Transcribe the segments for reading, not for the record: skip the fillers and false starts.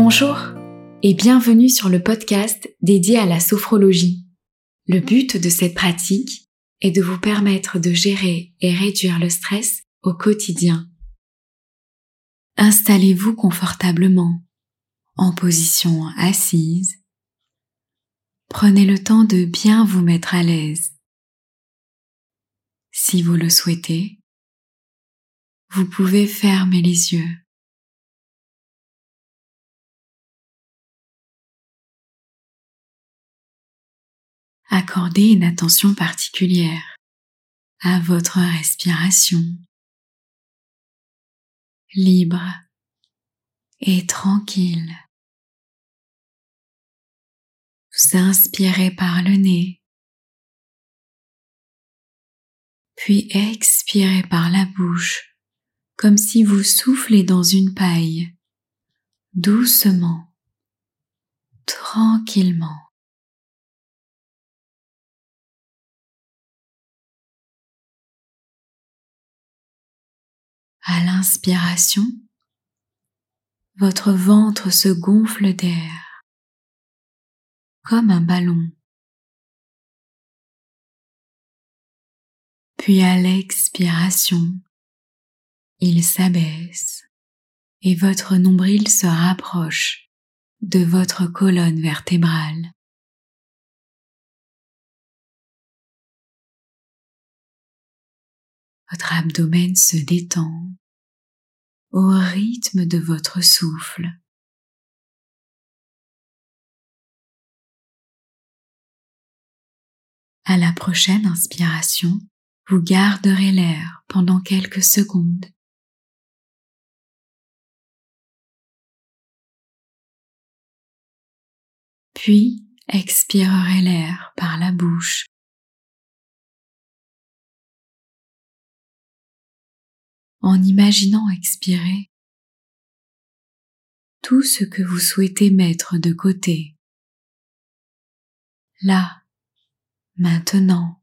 Bonjour et bienvenue sur le podcast dédié à la sophrologie. Le but de cette pratique est de vous permettre de gérer et réduire le stress au quotidien. Installez-vous confortablement en position assise. Prenez le temps de bien vous mettre à l'aise. Si vous le souhaitez, vous pouvez fermer les yeux. Accordez une attention particulière à votre respiration, libre et tranquille. Vous inspirez par le nez, puis expirez par la bouche, comme si vous soufflez dans une paille, doucement, tranquillement. À l'inspiration, votre ventre se gonfle d'air, comme un ballon. Puis à l'expiration, il s'abaisse et votre nombril se rapproche de votre colonne vertébrale. Votre abdomen se détend au rythme de votre souffle. À la prochaine inspiration, vous garderez l'air pendant quelques secondes. Puis expirerez l'air par la bouche. En imaginant expirer tout ce que vous souhaitez mettre de côté. Là, maintenant.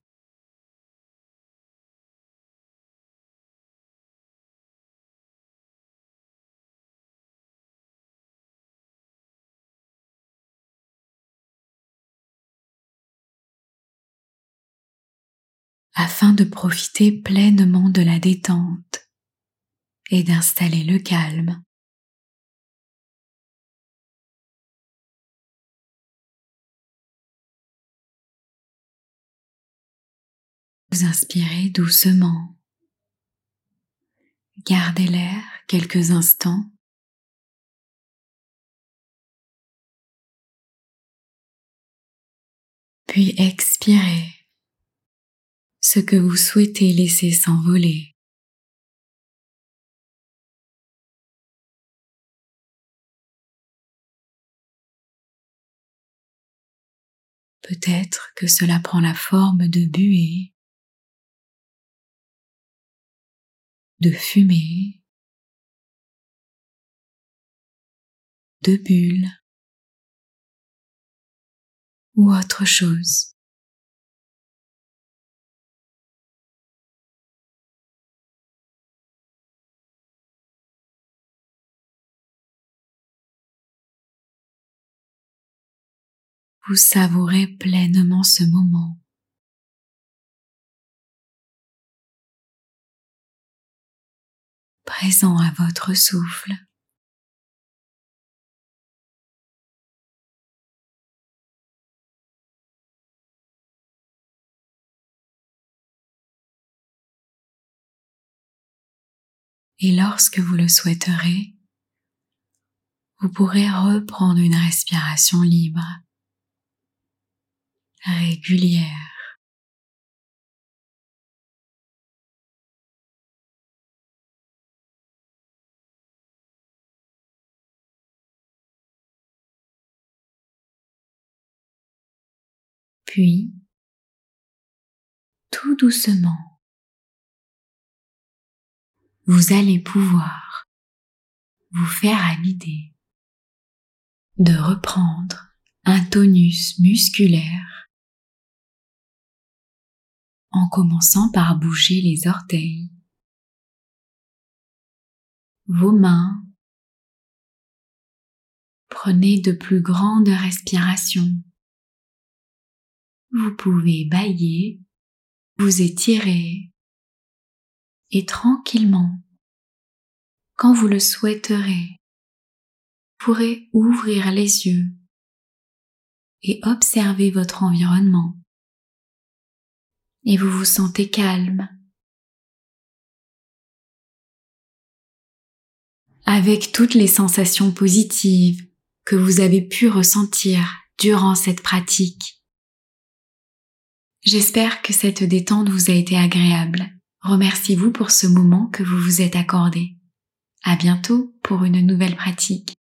Afin de profiter pleinement de la détente et d'installer le calme. Vous inspirez doucement. Gardez l'air quelques instants. Puis expirez ce que vous souhaitez laisser s'envoler. Peut-être que cela prend la forme de buée, de fumée, de bulles ou autre chose. Vous savourez pleinement ce moment. Présent à votre souffle. Et lorsque vous le souhaiterez, vous pourrez reprendre une respiration libre, régulière. Puis, tout doucement, vous allez pouvoir vous faire à l'idée de reprendre un tonus musculaire en commençant par bouger les orteils, vos mains, Prenez de plus grandes respirations. Vous pouvez bâiller, vous étirer et tranquillement, quand vous le souhaiterez, vous pourrez ouvrir les yeux et observer votre environnement. Et vous vous sentez calme. Avec toutes les sensations positives que vous avez pu ressentir durant cette pratique. J'espère que cette détente vous a été agréable. Remerciez-vous pour ce moment que vous vous êtes accordé. À bientôt pour une nouvelle pratique.